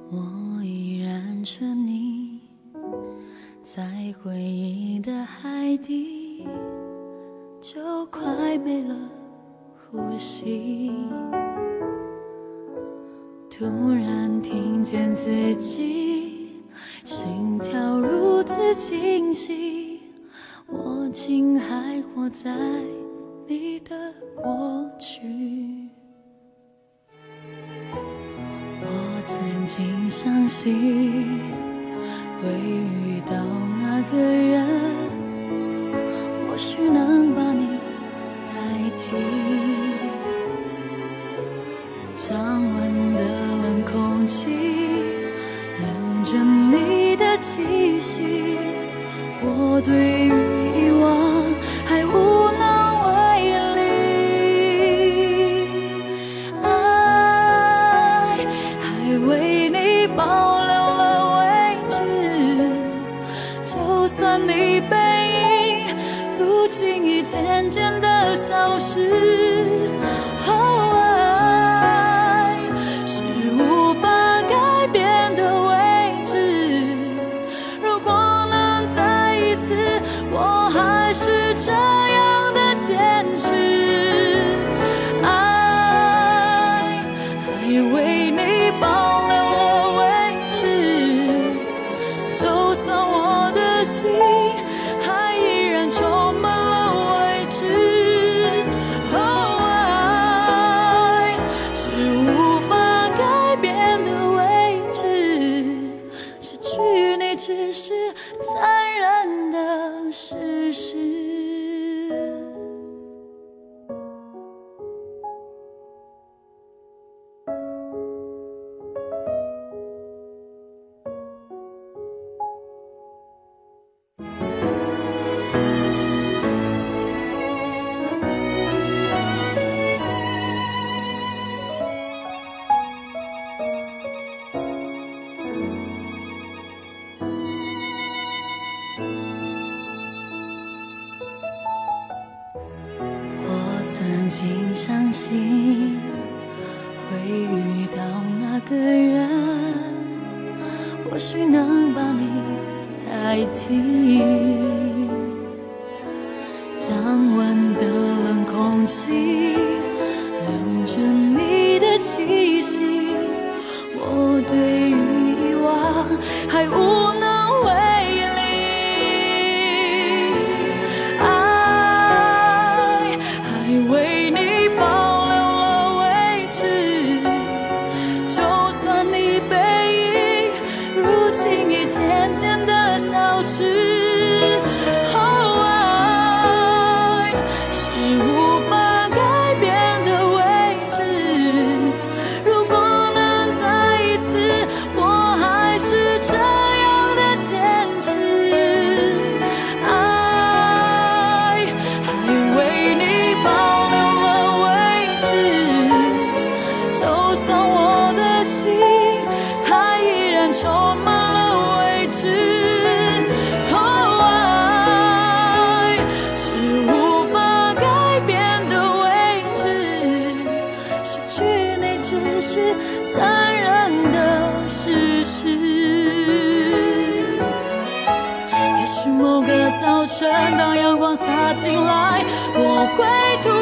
我依然沉溺在回忆的海底，就快没了呼吸。突然听见自己心跳如此清晰，我竟还活在你的过去。我曾经相信会遇到那个人，或许能把你代替。降温的冷空气留着你的气息，我对于遗忘还无能为力。爱还为你保留了位置，就算你背影如今已渐渐的消失。我还是这样的坚持，爱还为你保留了位置，就算我的心还依然充满了未知。爱是无法改变的位置，失去你只是残忍的事实。曾经相信会遇到那个人，或许能把你代替。降温的冷空气留着你的气息，我对于遗忘还无能为力。为你保留了位置，就算你背影如今已渐渐的消失。爱是无法改变的位置，如果能再一次，我还是这样的坚持。爱还为你保充满了未知。爱是无法改变的位置，失去你只是残忍的事实。也许某个早晨，当阳光洒进来，我会突